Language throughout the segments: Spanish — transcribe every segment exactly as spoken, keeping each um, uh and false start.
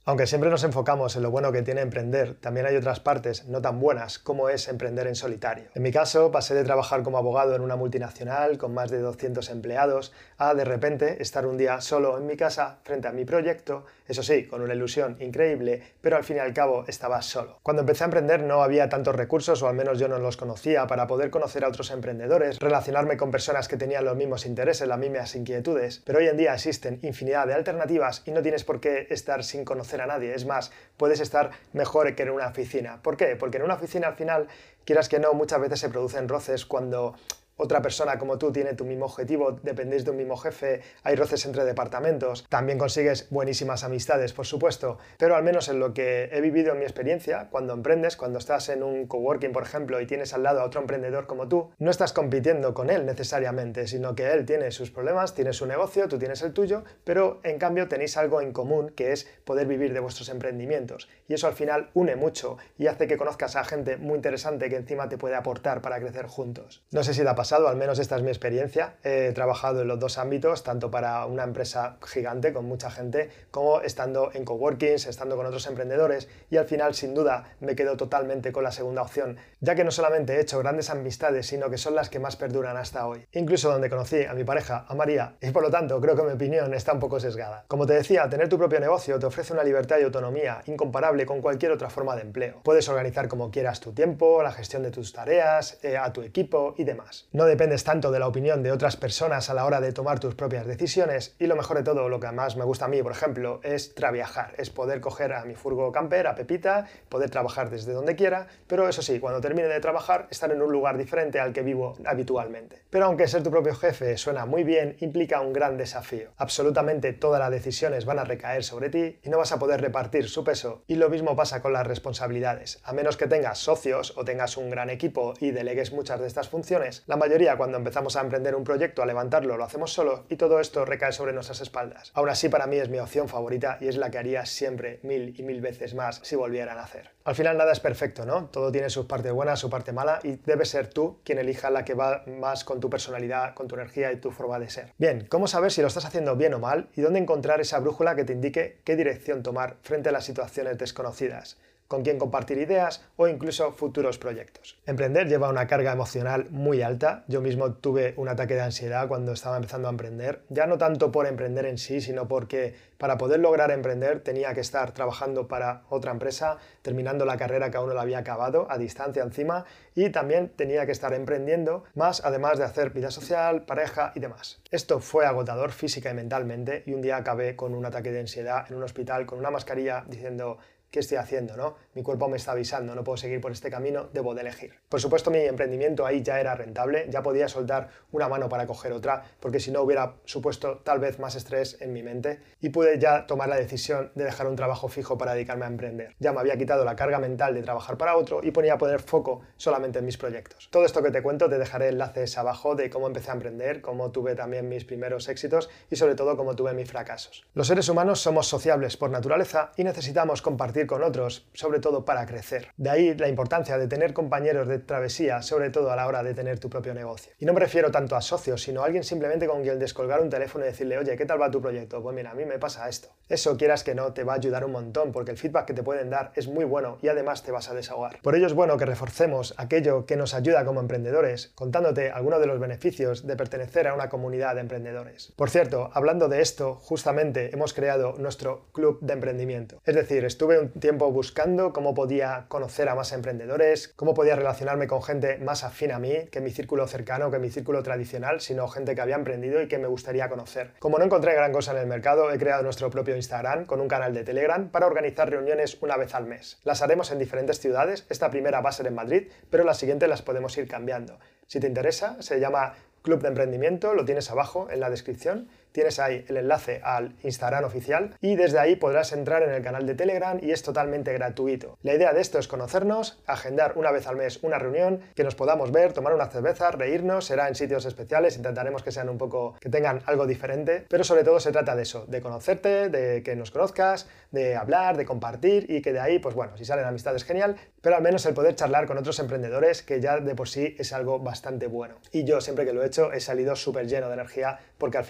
Aunque siempre nos enfocamos en lo bueno que tiene emprender, también hay otras partes no tan buenas como es emprender en solitario. En mi caso, pasé de trabajar como abogado en una multinacional con más de doscientos empleados a de repente estar un día solo en mi casa frente a mi proyecto, eso sí, con una ilusión increíble, pero al fin y al cabo estaba solo. Cuando empecé a emprender no había tantos recursos, o al menos yo no los conocía, para poder conocer a otros emprendedores, relacionarme con personas que tenían los mismos intereses, las mismas inquietudes, pero hoy en día existen infinidad de alternativas y no tienes por qué estar sin conocer a nadie. Es más, puedes estar mejor que en una oficina. ¿Por qué? Porque en una oficina al final, quieras que no, muchas veces se producen roces cuando otra persona como tú tiene tu mismo objetivo, dependéis de un mismo jefe, hay roces entre departamentos, también consigues buenísimas amistades, por supuesto, pero al menos en lo que he vivido en mi experiencia, cuando emprendes, cuando estás en un coworking, por ejemplo, y tienes al lado a otro emprendedor como tú, no estás compitiendo con él necesariamente, sino que él tiene sus problemas, tiene su negocio, tú tienes el tuyo, pero en cambio tenéis algo en común, que es poder vivir de vuestros emprendimientos, y eso al final une mucho y hace que conozcas a gente muy interesante que encima te puede aportar para crecer juntos. No sé si te ha pasado, al menos esta es mi experiencia. He trabajado en los dos ámbitos, tanto para una empresa gigante con mucha gente, como estando en coworkings, estando con otros emprendedores, y al final sin duda me quedo totalmente con la segunda opción, ya que no solamente he hecho grandes amistades, sino que son las que más perduran hasta hoy. Incluso donde conocí a mi pareja, a María, y por lo tanto creo que mi opinión está un poco sesgada. Como te decía, tener tu propio negocio te ofrece una libertad y autonomía incomparable con cualquier otra forma de empleo. Puedes organizar como quieras tu tiempo, la gestión de tus tareas, eh, a tu equipo y demás. No dependes tanto de la opinión de otras personas a la hora de tomar tus propias decisiones, y lo mejor de todo, lo que más me gusta a mí, por ejemplo, es traviajar, es poder coger a mi furgo camper, a Pepita, poder trabajar desde donde quiera, pero eso sí, cuando termine de trabajar, estar en un lugar diferente al que vivo habitualmente. Pero aunque ser tu propio jefe suena muy bien, implica un gran desafío. Absolutamente todas las decisiones van a recaer sobre ti y no vas a poder repartir su peso, y lo mismo pasa con las responsabilidades. A menos que tengas socios o tengas un gran equipo y delegues muchas de estas funciones, la mayoría cuando empezamos a emprender un proyecto, a levantarlo, lo hacemos solo y todo esto recae sobre nuestras espaldas. Aún así, para mí es mi opción favorita y es la que haría siempre mil y mil veces más si volviera a nacer. Al final nada es perfecto, ¿no? Todo tiene su parte buena, su parte mala, y debes ser tú quien elija la que va más con tu personalidad, con tu energía y tu forma de ser. Bien, ¿cómo saber si lo estás haciendo bien o mal y dónde encontrar esa brújula que te indique qué dirección tomar frente a las situaciones desconocidas, con quién compartir ideas o incluso futuros proyectos? Emprender lleva una carga emocional muy alta. Yo mismo tuve un ataque de ansiedad cuando estaba empezando a emprender, ya no tanto por emprender en sí, sino porque para poder lograr emprender tenía que estar trabajando para otra empresa, terminando la carrera que aún no la había acabado, a distancia encima, y también tenía que estar emprendiendo, más además de hacer vida social, pareja y demás. Esto fue agotador física y mentalmente, y un día acabé con un ataque de ansiedad en un hospital con una mascarilla diciendo: ¿qué estoy haciendo, no? Mi cuerpo me está avisando, no puedo seguir por este camino, debo de elegir. Por supuesto, mi emprendimiento ahí ya era rentable, ya podía soltar una mano para coger otra, porque si no hubiera supuesto tal vez más estrés en mi mente, y pude ya tomar la decisión de dejar un trabajo fijo para dedicarme a emprender. Ya me había quitado la carga mental de trabajar para otro y ponía a poner foco solamente en mis proyectos. Todo esto que te cuento te dejaré enlaces abajo de cómo empecé a emprender, cómo tuve también mis primeros éxitos y sobre todo cómo tuve mis fracasos. Los seres humanos somos sociables por naturaleza y necesitamos compartir con otros, sobre todo para crecer. De ahí la importancia de tener compañeros de travesía, sobre todo a la hora de tener tu propio negocio. Y no me refiero tanto a socios, sino a alguien simplemente con quien descolgar un teléfono y decirle: oye, ¿qué tal va tu proyecto? Pues mira, a mí me pasa esto. Eso, quieras que no, te va a ayudar un montón, porque el feedback que te pueden dar es muy bueno y además te vas a desahogar. Por ello es bueno que reforcemos aquello que nos ayuda como emprendedores, contándote algunos de los beneficios de pertenecer a una comunidad de emprendedores. Por cierto, hablando de esto, justamente hemos creado nuestro club de emprendimiento. Es decir, estuve un tiempo buscando cómo podía conocer a más emprendedores, cómo podía relacionarme con gente más afín a mí, que mi círculo cercano, que mi círculo tradicional, sino gente que había emprendido y que me gustaría conocer. Como no encontré gran cosa en el mercado, he creado nuestro propio Instagram con un canal de Telegram para organizar reuniones una vez al mes. Las haremos en diferentes ciudades, esta primera va a ser en Madrid, pero las siguientes las podemos ir cambiando. Si te interesa, se llama Club de Emprendimiento, lo tienes abajo en la descripción. Tienes ahí el enlace al Instagram oficial y desde ahí podrás entrar en el canal de Telegram y es totalmente gratuito. La idea de esto es conocernos, agendar una vez al mes una reunión, que nos podamos ver, tomar una cerveza, reírnos, será en sitios especiales, intentaremos que sean un poco, que tengan algo diferente, pero sobre todo se trata de eso, de conocerte, de que nos conozcas, de hablar, de compartir y que de ahí, pues bueno, si salen amistades genial, pero al menos el poder charlar con otros emprendedores, que ya de por sí es algo bastante bueno. Y yo siempre que lo he hecho he salido súper lleno de energía porque al final te llena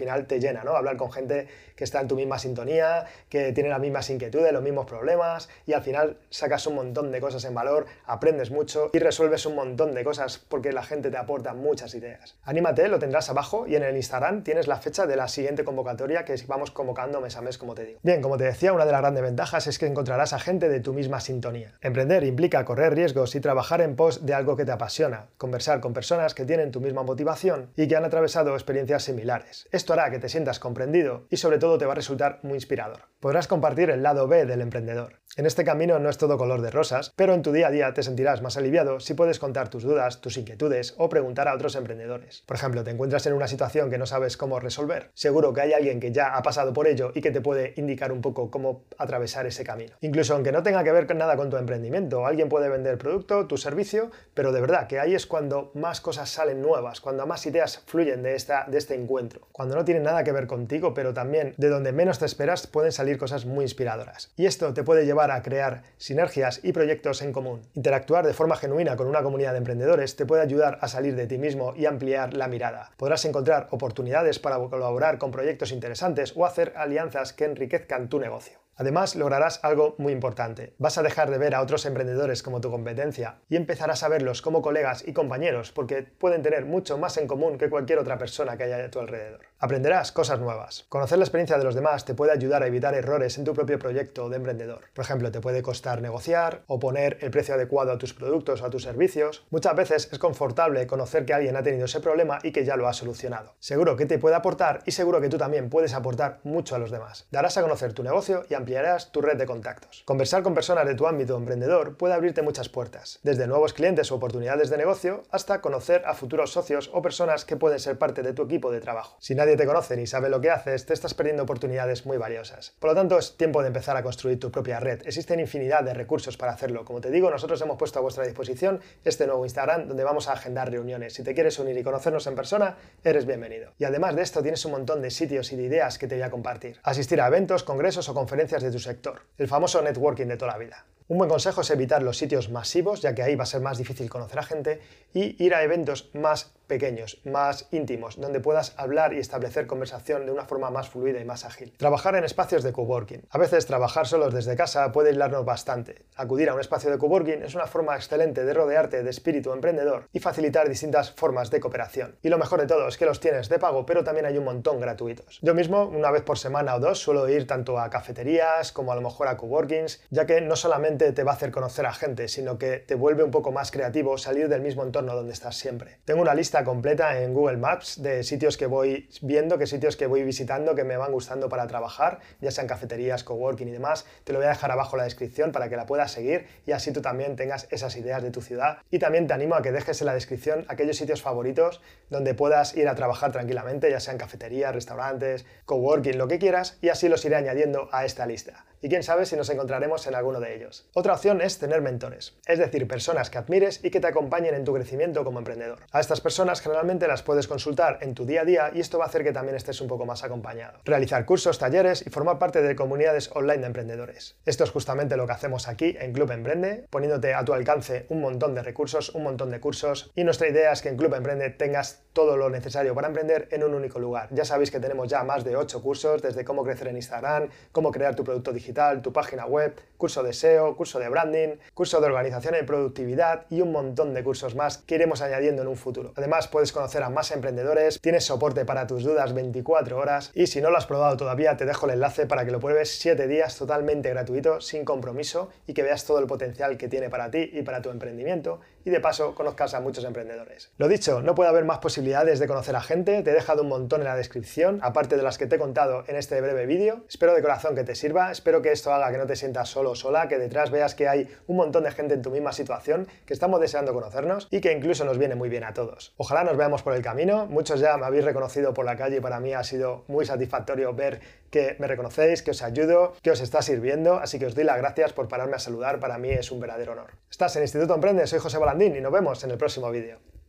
llena, ¿no? Hablar con gente que está en tu misma sintonía, que tiene las mismas inquietudes, los mismos problemas, y al final sacas un montón de cosas en valor, aprendes mucho y resuelves un montón de cosas porque la gente te aporta muchas ideas. Anímate, lo tendrás abajo, y en el Instagram tienes la fecha de la siguiente convocatoria que vamos convocando mes a mes, como te digo. Bien, como te decía, una de las grandes ventajas es que encontrarás a gente de tu misma sintonía. Emprender implica correr riesgos y trabajar en pos de algo que te apasiona, conversar con personas que tienen tu misma motivación y que han atravesado experiencias similares. Esto hará que te sientas comprendido y sobre todo te va a resultar muy inspirador. Podrás compartir el lado B del emprendedor. En este camino no es todo color de rosas, pero en tu día a día te sentirás más aliviado si puedes contar tus dudas, tus inquietudes o preguntar a otros emprendedores. Por ejemplo, te encuentras en una situación que no sabes cómo resolver. Seguro que hay alguien que ya ha pasado por ello y que te puede indicar un poco cómo atravesar ese camino. Incluso aunque no tenga que ver con nada con tu emprendimiento, alguien puede vender producto, tu servicio, pero de verdad que ahí es cuando más cosas salen nuevas, cuando más ideas fluyen de, esta, de este encuentro. Cuando no tienen nada que ver contigo, pero también de donde menos te esperas pueden salir cosas muy inspiradoras. Y esto te puede llevar a crear sinergias y proyectos en común. Interactuar de forma genuina con una comunidad de emprendedores te puede ayudar a salir de ti mismo y ampliar la mirada. Podrás encontrar oportunidades para colaborar con proyectos interesantes o hacer alianzas que enriquezcan tu negocio. Además, lograrás algo muy importante. Vas a dejar de ver a otros emprendedores como tu competencia y empezarás a verlos como colegas y compañeros porque pueden tener mucho más en común que cualquier otra persona que haya a tu alrededor. Aprenderás cosas nuevas. Conocer la experiencia de los demás te puede ayudar a evitar errores en tu propio proyecto de emprendedor. Por ejemplo, te puede costar negociar o poner el precio adecuado a tus productos o a tus servicios. Muchas veces es confortable conocer que alguien ha tenido ese problema y que ya lo ha solucionado. Seguro que te puede aportar y seguro que tú también puedes aportar mucho a los demás. Darás a conocer tu negocio y ampliarás tu red de contactos. Conversar con personas de tu ámbito emprendedor puede abrirte muchas puertas, desde nuevos clientes o oportunidades de negocio hasta conocer a futuros socios o personas que pueden ser parte de tu equipo de trabajo. Si nadie te conoce ni sabe lo que haces, te estás perdiendo oportunidades muy valiosas. Por lo tanto, es tiempo de empezar a construir tu propia red. Existen infinidad de recursos para hacerlo. Como te digo, nosotros hemos puesto a vuestra disposición este nuevo Instagram donde vamos a agendar reuniones. Si te quieres unir y conocernos en persona, eres bienvenido. Y además de esto, tienes un montón de sitios y de ideas que te voy a compartir. Asistir a eventos, congresos o conferencias de tu sector. El famoso networking de toda la vida. Un buen consejo es evitar los sitios masivos, ya que ahí va a ser más difícil conocer a gente, y ir a eventos más pequeños, más íntimos, donde puedas hablar y establecer conversación de una forma más fluida y más ágil. Trabajar en espacios de coworking. A veces trabajar solos desde casa puede aislarnos bastante. Acudir a un espacio de coworking es una forma excelente de rodearte de espíritu emprendedor y facilitar distintas formas de cooperación. Y lo mejor de todo es que los tienes de pago, pero también hay un montón gratuitos. Yo mismo, una vez por semana o dos, suelo ir tanto a cafeterías como a lo mejor a coworkings, ya que no solamente te va a hacer conocer a gente, sino que te vuelve un poco más creativo salir del mismo entorno donde estás siempre. Tengo una lista completa en Google Maps de sitios que voy viendo, que sitios que voy visitando, que me van gustando para trabajar, ya sean cafeterías, coworking y demás. Te lo voy a dejar abajo en la descripción para que la puedas seguir y así tú también tengas esas ideas de tu ciudad. Y también te animo a que dejes en la descripción aquellos sitios favoritos donde puedas ir a trabajar tranquilamente, ya sean cafeterías, restaurantes, coworking, lo que quieras, y así los iré añadiendo a esta lista. Y quién sabe si nos encontraremos en alguno de ellos. Otra opción es tener mentores, es decir, personas que admires y que te acompañen en tu crecimiento como emprendedor. A estas personas generalmente las puedes consultar en tu día a día y esto va a hacer que también estés un poco más acompañado. Realizar cursos, talleres y formar parte de comunidades online de emprendedores. Esto es justamente lo que hacemos aquí en Club Emprende, poniéndote a tu alcance un montón de recursos, un montón de cursos, y nuestra idea es que en Club Emprende tengas todo lo necesario para emprender en un único lugar. Ya sabéis que tenemos ya más de ocho cursos, desde cómo crecer en Instagram, cómo crear tu producto digital, tu página web, curso de S E O, curso de branding, curso de organización y productividad y un montón de cursos más que iremos añadiendo en un futuro. Además, puedes conocer a más emprendedores, tienes soporte para tus dudas veinticuatro horas y si no lo has probado todavía te dejo el enlace para que lo pruebes siete días totalmente gratuito, sin compromiso y que veas todo el potencial que tiene para ti y para tu emprendimiento y de paso conozcas a muchos emprendedores. Lo dicho, no puede haber más posibilidades de conocer a gente, te he dejado un montón en la descripción, aparte de las que te he contado en este breve vídeo. Espero de corazón que te sirva, espero que esto haga que no te sientas solo o sola, que detrás veas que hay un montón de gente en tu misma situación, que estamos deseando conocernos y que incluso nos viene muy bien a todos. Ojalá nos veamos por el camino, muchos ya me habéis reconocido por la calle y para mí ha sido muy satisfactorio ver que me reconocéis, que os ayudo, que os está sirviendo, así que os doy las gracias por pararme a saludar, para mí es un verdadero honor. Estás en Instituto Emprende, soy José Balandín y nos vemos en el próximo vídeo.